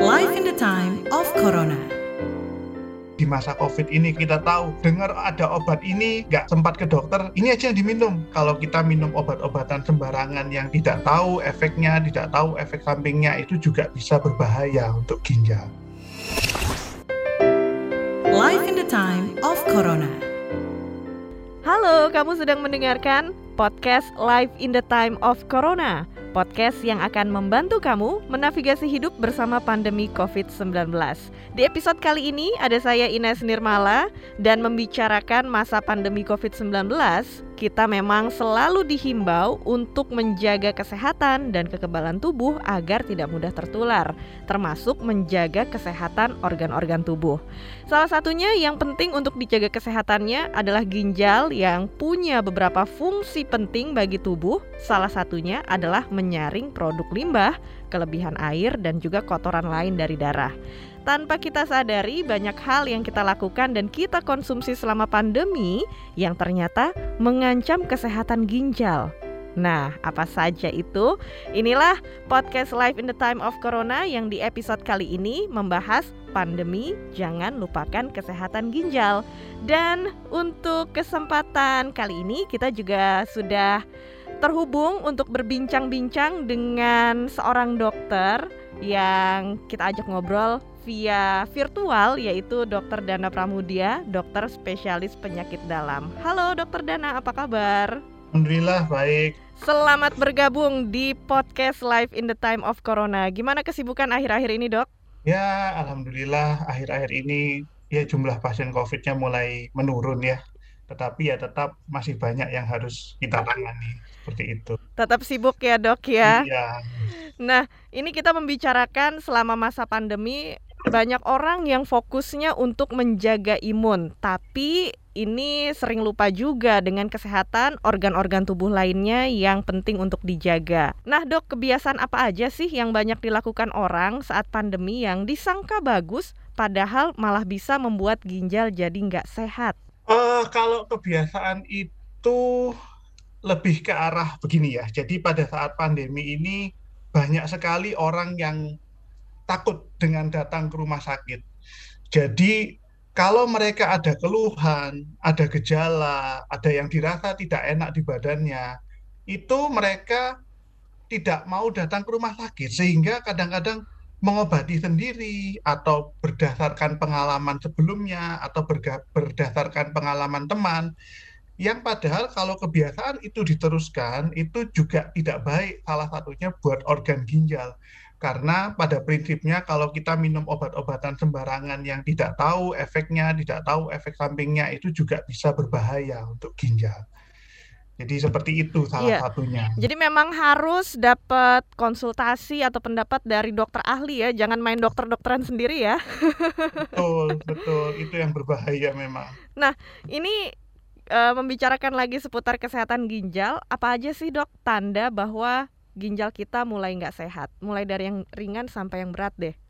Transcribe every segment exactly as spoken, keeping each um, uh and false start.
Life in the time of Corona. Di masa COVID ini kita tahu, dengar ada obat ini, nggak sempat ke dokter, ini aja yang diminum. Kalau kita minum obat-obatan sembarangan yang tidak tahu efeknya, tidak tahu efek sampingnya, itu juga bisa berbahaya untuk ginjal. Life in the time of Corona. Halo, kamu sedang mendengarkan podcast Life in the Time of Corona. Podcast yang akan membantu kamu menavigasi hidup bersama pandemi covid sembilan belas. Di episode kali ini ada saya Ines Nirmala dan membicarakan masa pandemi covid sembilan belas. Kita memang selalu dihimbau untuk menjaga kesehatan dan kekebalan tubuh agar tidak mudah tertular, termasuk menjaga kesehatan organ-organ tubuh. Salah satunya yang penting untuk dijaga kesehatannya adalah ginjal yang punya beberapa fungsi penting bagi tubuh. Salah satunya adalah menyaring produk limbah, kelebihan air, dan juga kotoran lain dari darah. Tanpa kita sadari, banyak hal yang kita lakukan dan kita konsumsi selama pandemi yang ternyata mengancam kesehatan ginjal. Nah, apa saja itu? Inilah podcast Life in the Time of Corona yang di episode kali ini membahas pandemi, jangan lupakan kesehatan ginjal. Dan untuk kesempatan kali ini kita juga sudah terhubung untuk berbincang-bincang dengan seorang dokter yang kita ajak ngobrol via virtual, yaitu dokter Dana Pramudia, dokter spesialis penyakit dalam. Halo dokter Dana, apa kabar? Alhamdulillah baik. Selamat bergabung di podcast Life in the Time of Corona. Gimana kesibukan akhir-akhir ini, Dok? Ya, alhamdulillah akhir-akhir ini ya jumlah pasien COVID-nya mulai menurun ya. Tetapi ya tetap masih banyak yang harus kita tangani, seperti itu. Tetap sibuk ya, Dok ya? Iya. Nah, ini kita membicarakan selama masa pandemi banyak orang yang fokusnya untuk menjaga imun, tapi ini sering lupa juga dengan kesehatan organ-organ tubuh lainnya yang penting untuk dijaga. Nah dok, kebiasaan apa aja sih yang banyak dilakukan orang saat pandemi yang disangka bagus, padahal malah bisa membuat ginjal jadi nggak sehat? Uh, kalau kebiasaan itu lebih ke arah begini ya, jadi pada saat pandemi ini banyak sekali orang yang takut dengan datang ke rumah sakit. Jadi kalau mereka ada keluhan, ada gejala, ada yang dirasa tidak enak di badannya, itu mereka tidak mau datang ke rumah sakit, sehingga kadang-kadang mengobati sendiri atau berdasarkan pengalaman sebelumnya atau berga- berdasarkan pengalaman teman, yang padahal kalau kebiasaan itu diteruskan, itu juga tidak baik, salah satunya buat organ ginjal. Karena pada prinsipnya kalau kita minum obat-obatan sembarangan yang tidak tahu efeknya, tidak tahu efek sampingnya, itu juga bisa berbahaya untuk ginjal. Jadi seperti itu salah Iya. satunya. Jadi memang harus dapat konsultasi atau pendapat dari dokter ahli ya, jangan main dokter-dokteran sendiri ya. Betul, betul. Itu yang berbahaya memang. Nah, ini uh, membicarakan lagi seputar kesehatan ginjal, apa aja sih dok tanda bahwa ginjal kita mulai nggak sehat, mulai dari yang ringan sampai yang berat deh?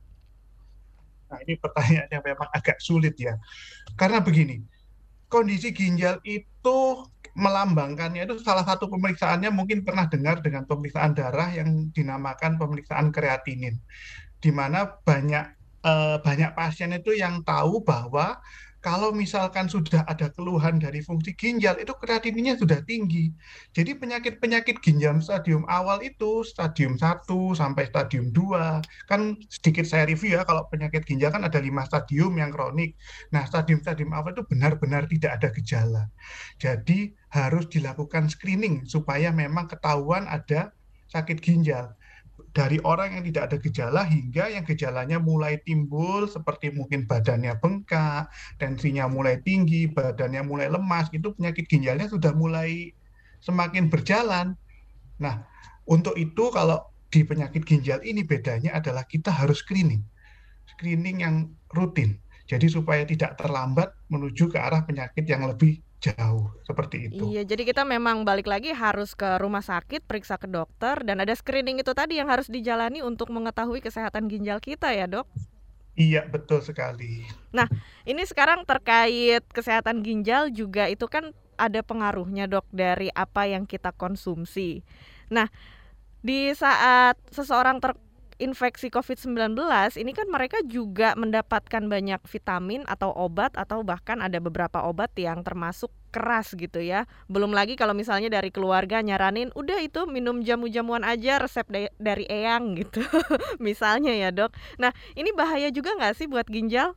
Nah, ini pertanyaan yang memang agak sulit ya. Karena begini, kondisi ginjal itu melambangkannya itu salah satu pemeriksaannya mungkin pernah dengar dengan pemeriksaan darah yang dinamakan pemeriksaan kreatinin, di mana banyak eh, banyak pasien itu yang tahu bahwa kalau misalkan sudah ada keluhan dari fungsi ginjal, itu kreatininnya sudah tinggi. Jadi penyakit-penyakit ginjal stadium awal itu, stadium satu sampai stadium dua, kan sedikit saya review ya, kalau penyakit ginjal kan ada lima stadium yang kronik. Nah, stadium-stadium awal itu benar-benar tidak ada gejala. Jadi harus dilakukan screening supaya memang ketahuan ada sakit ginjal. Dari orang yang tidak ada gejala hingga yang gejalanya mulai timbul seperti mungkin badannya bengkak, tensinya mulai tinggi, badannya mulai lemas, itu penyakit ginjalnya sudah mulai semakin berjalan. Nah, untuk itu kalau di penyakit ginjal ini bedanya adalah kita harus screening. Screening yang rutin. Jadi supaya tidak terlambat menuju ke arah penyakit yang lebih jauh, seperti itu. Iya, jadi kita memang balik lagi harus ke rumah sakit, periksa ke dokter, dan ada screening itu tadi yang harus dijalani untuk mengetahui kesehatan ginjal kita ya dok? Iya, betul sekali. Nah, ini sekarang terkait kesehatan ginjal juga itu kan ada pengaruhnya dok dari apa yang kita konsumsi. Nah, di saat seseorang ter infeksi covid sembilan belas ini kan mereka juga mendapatkan banyak vitamin atau obat atau bahkan ada beberapa obat yang termasuk keras gitu ya. Belum lagi kalau misalnya dari keluarga nyaranin udah itu minum jamu-jamuan aja resep da- dari eyang gitu. Misalnya ya dok. Nah ini bahaya juga nggak sih buat ginjal?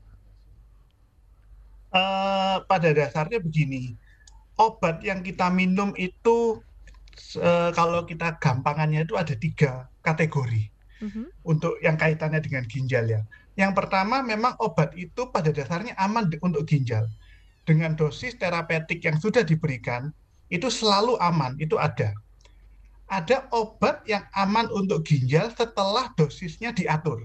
Eh, pada dasarnya begini, obat yang kita minum itu eh, kalau kita gampangannya itu ada tiga kategori Mhm. untuk yang kaitannya dengan ginjal ya. Yang pertama memang obat itu pada dasarnya aman de- untuk ginjal. Dengan dosis terapeutik yang sudah diberikan, itu selalu aman, itu ada. Ada obat yang aman untuk ginjal setelah dosisnya diatur.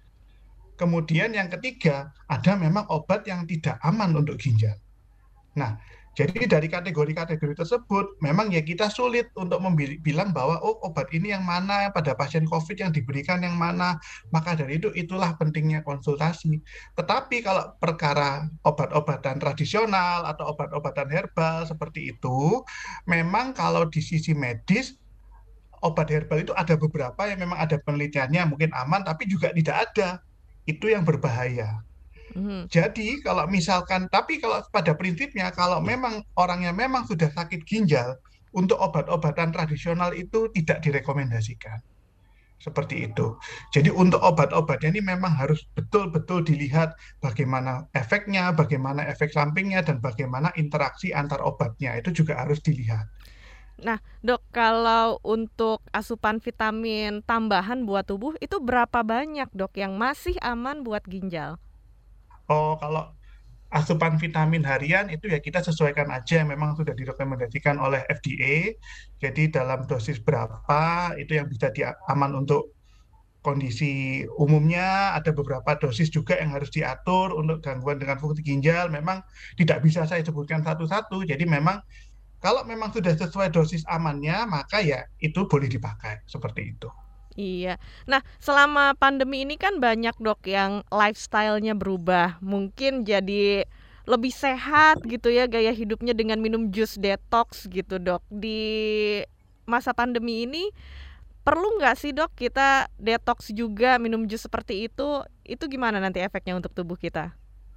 Kemudian yang ketiga, ada memang obat yang tidak aman untuk ginjal. Nah, jadi dari kategori-kategori tersebut, memang ya kita sulit untuk bilang bahwa oh obat ini yang mana pada pasien COVID yang diberikan yang mana. Maka dari itu itulah pentingnya konsultasi. Tetapi kalau perkara obat-obatan tradisional atau obat-obatan herbal seperti itu, memang kalau di sisi medis obat herbal itu ada beberapa yang memang ada penelitiannya mungkin aman tapi juga tidak ada. Itu yang berbahaya. Mhm. Jadi kalau misalkan, tapi kalau pada prinsipnya kalau memang orangnya memang sudah sakit ginjal, untuk obat-obatan tradisional itu tidak direkomendasikan. Seperti itu. Jadi untuk obat-obatnya ini memang harus betul-betul dilihat bagaimana efeknya, bagaimana efek sampingnya, dan bagaimana interaksi antar obatnya. Itu juga harus dilihat. Nah dok kalau untuk asupan vitamin tambahan buat tubuh itu berapa banyak dok yang masih aman buat ginjal? Oh, kalau asupan vitamin harian itu ya kita sesuaikan aja yang memang sudah direkomendasikan oleh F D A. Jadi dalam dosis berapa itu yang bisa di, aman untuk kondisi umumnya. Ada beberapa dosis juga yang harus diatur untuk gangguan dengan fungsi ginjal. Memang tidak bisa saya sebutkan satu-satu. Jadi memang kalau memang sudah sesuai dosis amannya, maka ya itu boleh dipakai seperti itu. Iya. Nah, selama pandemi ini kan banyak dok yang lifestyle-nya berubah. Mungkin jadi lebih sehat gitu ya gaya hidupnya dengan minum jus detox gitu dok. Di masa pandemi ini perlu nggak sih dok kita detox juga minum jus seperti itu? Itu gimana nanti efeknya untuk tubuh kita?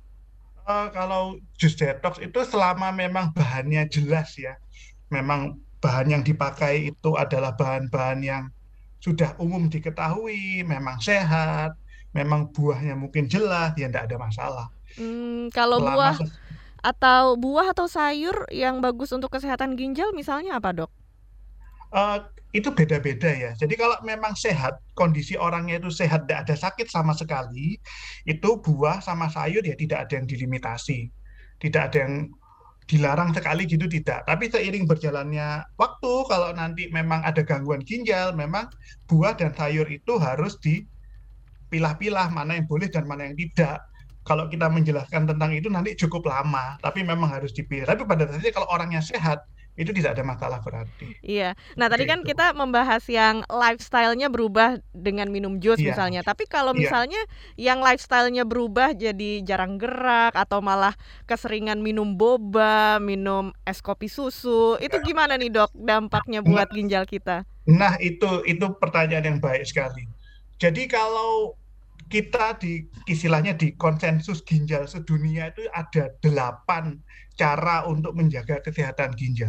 Uh, kalau jus detox itu selama memang bahannya jelas ya, memang bahan yang dipakai itu adalah bahan-bahan yang sudah umum diketahui, memang sehat, memang buahnya mungkin jelas, ya tidak ada masalah. Hmm, kalau Selama buah atau buah atau sayur yang bagus untuk kesehatan ginjal misalnya apa dok? uh, itu beda-beda ya. Jadi kalau memang sehat, kondisi orangnya itu sehat, tidak ada sakit sama sekali, itu buah sama sayur ya tidak ada yang dilimitasi, tidak ada yang dilarang sekali gitu tidak. Tapi seiring berjalannya waktu, kalau nanti memang ada gangguan ginjal, memang buah dan sayur itu harus dipilah-pilah mana yang boleh dan mana yang tidak. Kalau kita menjelaskan tentang itu nanti cukup lama, tapi memang harus dipilih. Tapi pada dasarnya kalau orangnya sehat, itu tidak ada masalah berarti. Iya. Nah tadi kan Itu. kita membahas yang lifestyle-nya berubah dengan minum jus Iya. misalnya. Tapi kalau Iya. misalnya yang lifestyle-nya berubah jadi jarang gerak atau malah keseringan minum boba, minum es kopi susu, itu gimana nih dok dampaknya buat Nah, ginjal kita? Nah itu itu pertanyaan yang baik sekali. Jadi kalau kita di istilahnya di konsensus ginjal sedunia itu ada delapan cara untuk menjaga kesehatan ginjal.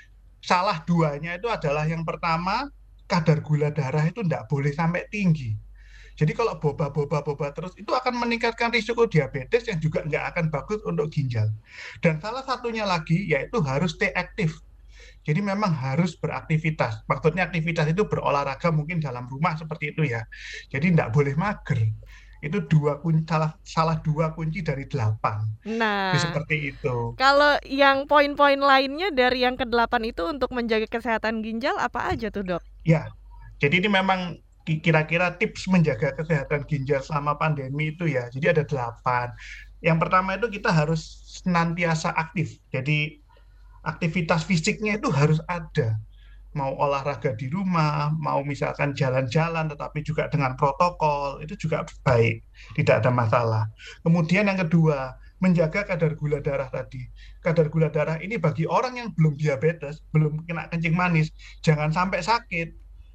Salah duanya itu adalah yang pertama, kadar gula darah itu tidak boleh sampai tinggi. Jadi kalau boba-boba-boba terus itu akan meningkatkan risiko diabetes yang juga nggak akan bagus untuk ginjal. Dan salah satunya lagi yaitu harus stay aktif. Jadi memang harus beraktivitas. Maksudnya aktivitas itu berolahraga mungkin dalam rumah seperti itu ya. Jadi tidak boleh mager. Itu dua kunci, salah, salah dua kunci dari delapan. Nah, Jadi seperti itu. Kalau yang poin-poin lainnya dari yang kedelapan itu untuk menjaga kesehatan ginjal apa aja tuh dok? Ya, jadi ini memang kira-kira tips menjaga kesehatan ginjal selama pandemi itu ya. Jadi ada delapan. Yang pertama itu kita harus senantiasa aktif. Jadi aktivitas fisiknya itu harus ada. Mau olahraga di rumah, mau misalkan jalan-jalan tetapi juga dengan protokol, itu juga baik, tidak ada masalah. Kemudian yang kedua, menjaga kadar gula darah tadi. Kadar gula darah ini bagi orang yang belum diabetes, belum kena kencing manis, jangan sampai sakit.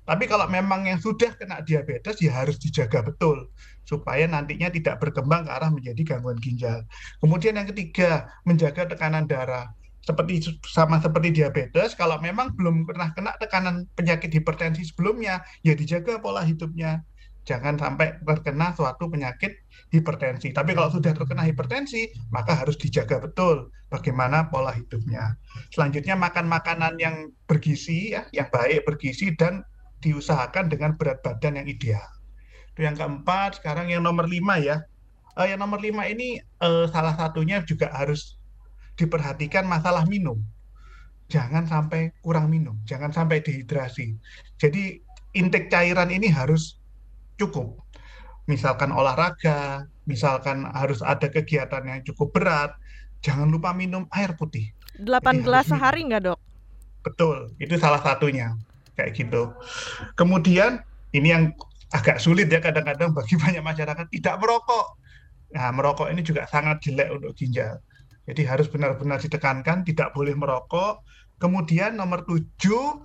Tapi kalau memang yang sudah kena diabetes ya harus dijaga betul supaya nantinya tidak berkembang ke arah menjadi gangguan ginjal. Kemudian yang ketiga, menjaga tekanan darah. Seperti sama seperti diabetes, kalau memang belum pernah kena tekanan penyakit hipertensi sebelumnya, ya dijaga pola hidupnya. Jangan sampai terkena suatu penyakit hipertensi. Tapi kalau sudah terkena hipertensi, maka harus dijaga betul bagaimana pola hidupnya. Selanjutnya makan makanan yang bergizi, ya, yang baik, bergizi, dan diusahakan dengan berat badan yang ideal. Itu yang keempat. Sekarang yang nomor lima ya. Uh, yang nomor lima ini uh, salah satunya juga harus diperhatikan masalah minum. Jangan sampai kurang minum, jangan sampai dehidrasi. Jadi intake cairan ini harus cukup. Misalkan olahraga, misalkan harus ada kegiatan yang cukup berat, jangan lupa minum air putih. delapan gelas sehari nggak, Dok? Betul, itu salah satunya. Kayak gitu. Kemudian ini yang agak sulit ya kadang-kadang bagi banyak masyarakat, tidak merokok. Nah, merokok ini juga sangat jelek untuk ginjal. Jadi harus benar-benar ditekankan, tidak boleh merokok. Kemudian nomor tujuh,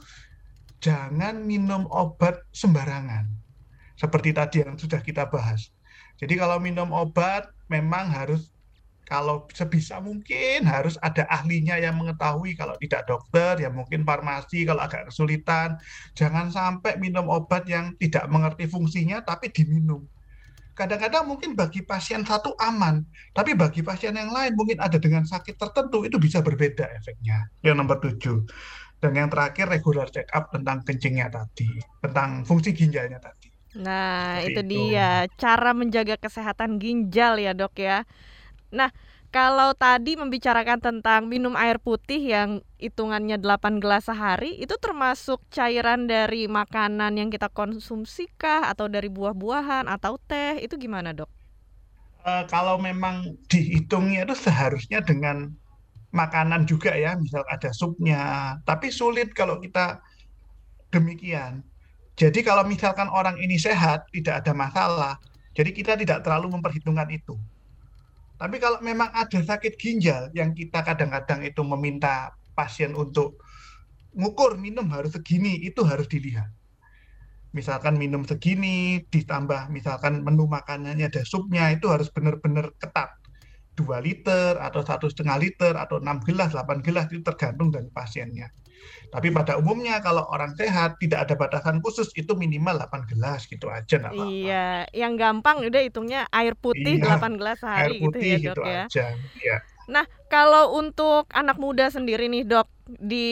jangan minum obat sembarangan. Seperti tadi yang sudah kita bahas. Jadi kalau minum obat memang harus, kalau sebisa mungkin harus ada ahlinya yang mengetahui. Kalau tidak dokter, ya mungkin farmasi kalau agak kesulitan. Jangan sampai minum obat yang tidak mengerti fungsinya tapi diminum. Kadang-kadang mungkin bagi pasien satu aman, tapi bagi pasien yang lain mungkin ada dengan sakit tertentu, itu bisa berbeda efeknya. Yang nomor tujuh. Dan yang terakhir, regular check up tentang kencingnya tadi, tentang fungsi ginjalnya tadi. Nah, Seperti itu itu. dia cara menjaga kesehatan ginjal ya, Dok ya. Nah, kalau tadi membicarakan tentang minum air putih yang hitungannya delapan gelas sehari, itu termasuk cairan dari makanan yang kita konsumsi kah? Atau dari buah-buahan atau teh? Itu gimana, Dok? Uh, kalau memang dihitungnya itu seharusnya dengan makanan juga ya, misal ada supnya. Tapi sulit kalau kita demikian. Jadi kalau misalkan orang ini sehat, tidak ada masalah. Jadi kita tidak terlalu memperhitungkan itu. Tapi kalau memang ada sakit ginjal yang kita kadang-kadang itu meminta pasien untuk ngukur minum harus segini, itu harus dilihat. Misalkan minum segini, ditambah misalkan menu makanannya ada supnya, itu harus benar-benar ketat. dua liter atau satu setengah liter atau enam gelas, delapan gelas, itu tergantung dari pasiennya. Tapi pada umumnya kalau orang sehat tidak ada batasan khusus, itu minimal delapan gelas gitu aja, nggak apa-apa. Iya, yang gampang udah hitungnya air putih Iya, delapan gelas air sehari gitu putih ya, gitu Dok ya. aja. Ya. Nah, kalau untuk anak muda sendiri nih, Dok, di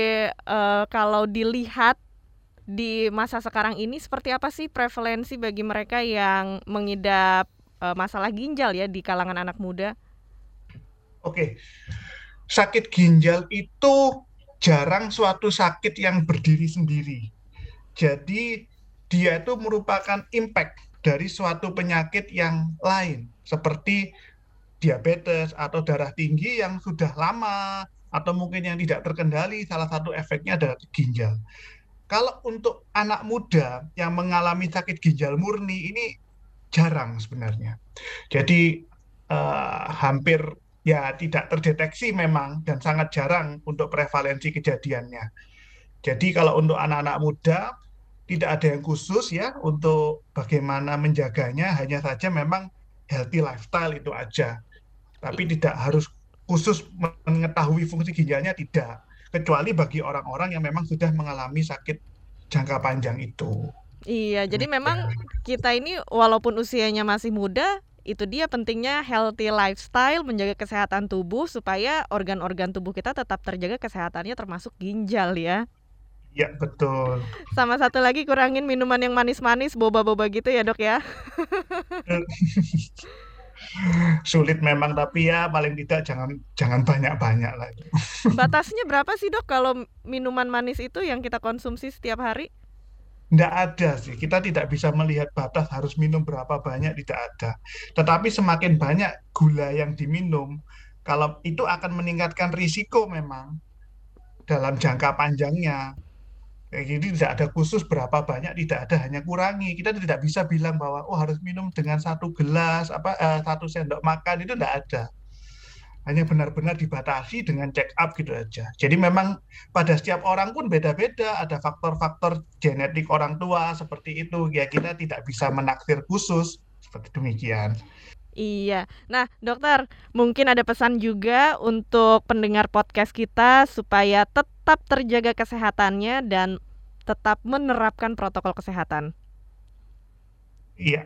eh, kalau dilihat di masa sekarang ini seperti apa sih prevalensi bagi mereka yang mengidap eh, masalah ginjal ya di kalangan anak muda? Oke, sakit ginjal itu jarang suatu sakit yang berdiri sendiri. Jadi dia itu merupakan impact dari suatu penyakit yang lain, seperti diabetes atau darah tinggi yang sudah lama atau mungkin yang tidak terkendali. Salah satu efeknya adalah ginjal. Kalau untuk anak muda yang mengalami sakit ginjal murni ini jarang sebenarnya. Jadi eh, hampir ya tidak terdeteksi memang dan sangat jarang untuk prevalensi kejadiannya. Jadi kalau untuk anak-anak muda tidak ada yang khusus ya untuk bagaimana menjaganya, hanya saja memang healthy lifestyle itu aja. Tapi tidak harus khusus mengetahui fungsi ginjalnya, tidak. Kecuali bagi orang-orang yang memang sudah mengalami sakit jangka panjang itu. Iya, jadi memang kita ini walaupun usianya masih muda, itu dia pentingnya healthy lifestyle, menjaga kesehatan tubuh supaya organ-organ tubuh kita tetap terjaga kesehatannya termasuk ginjal ya. Ya, betul. Sama satu lagi, kurangin minuman yang manis-manis, boba-boba gitu ya, Dok ya. Sulit memang, tapi ya paling tidak jangan jangan banyak-banyak lah. Batasnya berapa sih, Dok, kalau minuman manis itu yang kita konsumsi setiap hari? Tidak ada sih, kita tidak bisa melihat batas harus minum berapa banyak, tidak ada. Tetapi semakin banyak gula yang diminum, kalau itu akan meningkatkan risiko memang dalam jangka panjangnya. Jadi tidak ada khusus berapa banyak, tidak ada, hanya kurangi. Kita tidak bisa bilang bahwa oh harus minum dengan satu gelas, apa eh, satu sendok makan, itu tidak ada. hanya benar-benar dibatasi dengan check up gitu aja. Jadi memang pada setiap orang pun beda-beda, ada faktor-faktor genetik orang tua seperti itu, ya kita tidak bisa menaksir khusus seperti demikian. Iya. Nah, dokter, mungkin ada pesan juga untuk pendengar podcast kita supaya tetap terjaga kesehatannya dan tetap menerapkan protokol kesehatan. Iya.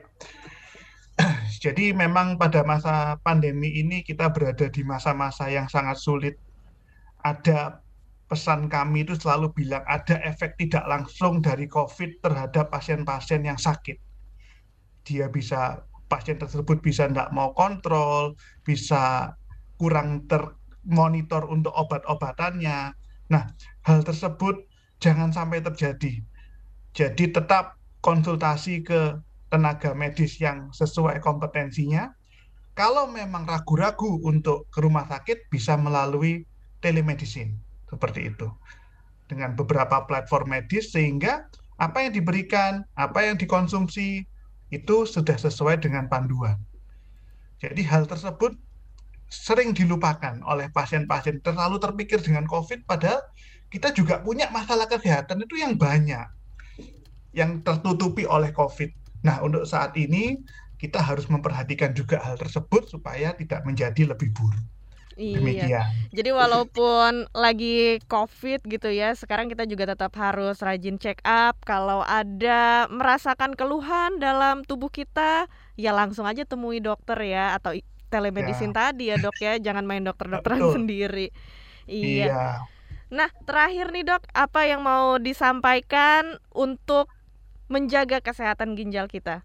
Jadi memang pada masa pandemi ini kita berada di masa-masa yang sangat sulit. Ada pesan kami itu selalu bilang ada efek tidak langsung dari COVID terhadap pasien-pasien yang sakit. Dia bisa, pasien tersebut bisa tidak mau kontrol, bisa kurang termonitor untuk obat-obatannya. Nah, hal tersebut jangan sampai terjadi. Jadi tetap konsultasi ke tenaga medis yang sesuai kompetensinya. Kalau memang ragu-ragu untuk ke rumah sakit, bisa melalui telemedicine, seperti itu. Dengan beberapa platform medis, sehingga apa yang diberikan, apa yang dikonsumsi, itu sudah sesuai dengan panduan. Jadi hal tersebut sering dilupakan oleh pasien-pasien, terlalu terpikir dengan COVID, padahal kita juga punya masalah kesehatan itu yang banyak, yang tertutupi oleh COVID. Nah, untuk saat ini kita harus memperhatikan juga hal tersebut supaya tidak menjadi lebih buruk. Iya. Demikian. Jadi walaupun lagi COVID gitu ya, sekarang kita juga tetap harus rajin check up. Kalau ada merasakan keluhan dalam tubuh kita, ya langsung aja temui dokter ya, atau telemedicine Ya. tadi ya dok ya, jangan main dokter-dokteran Betul. sendiri. Iya. Iya. Nah, terakhir nih dok, apa yang mau disampaikan untuk menjaga kesehatan ginjal kita?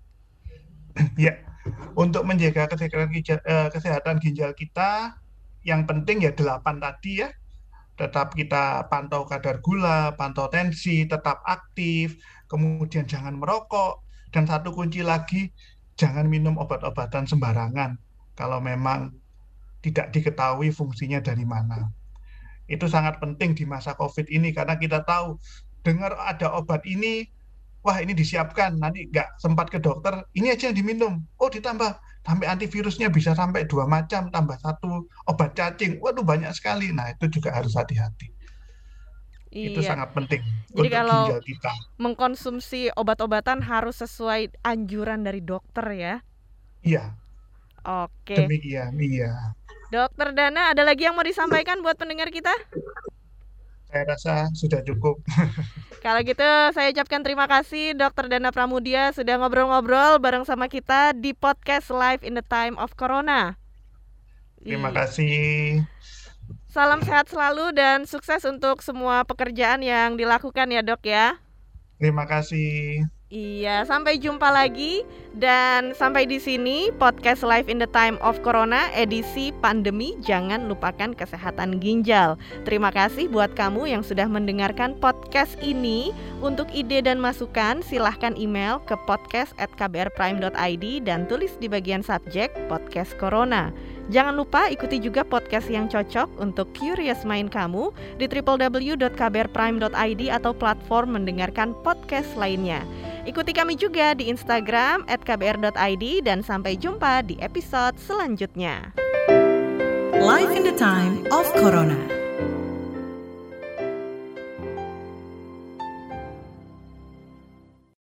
Ya, untuk menjaga kesehatan ginjal, eh, kesehatan ginjal kita, yang penting ya delapan tadi ya. Tetap kita pantau kadar gula, pantau tensi, tetap aktif, kemudian jangan merokok, dan satu kunci lagi, jangan minum obat-obatan sembarangan kalau memang tidak diketahui fungsinya dari mana. Itu sangat penting di masa COVID ini, karena kita tahu dengar ada obat ini, wah ini disiapkan, nanti nggak sempat ke dokter, ini aja yang diminum, oh ditambah sampai antivirusnya bisa sampai dua macam, tambah satu obat cacing, waduh banyak sekali. Nah itu juga harus hati-hati. Itu Iya. sangat penting Jadi untuk kalau ginjal kita. mengkonsumsi obat-obatan harus sesuai anjuran dari dokter ya. Iya, Oke. demikian, iya. Dokter Dana, ada lagi yang mau disampaikan buat pendengar kita? Saya rasa sudah cukup. Kalau gitu saya ucapkan terima kasih Dokter Dana Pramudia sudah ngobrol-ngobrol bareng sama kita di podcast Live in the Time of Corona. Terima Iya. kasih. Salam sehat selalu dan sukses untuk semua pekerjaan yang dilakukan ya dok ya. Terima kasih. Iya, sampai jumpa lagi dan sampai di sini podcast Live in the Time of Corona edisi pandemi jangan lupakan kesehatan ginjal. Terima kasih buat kamu yang sudah mendengarkan podcast ini. Untuk ide dan masukan silahkan email ke podcast at k b r prime dot i d dan tulis di bagian subjek podcast Corona. Jangan lupa ikuti juga podcast yang cocok untuk curious mind kamu di w w w dot k b r prime dot i d atau platform mendengarkan podcast lainnya. Ikuti kami juga di Instagram at k b r dot i d dan sampai jumpa di episode selanjutnya. Live in the Time of Corona.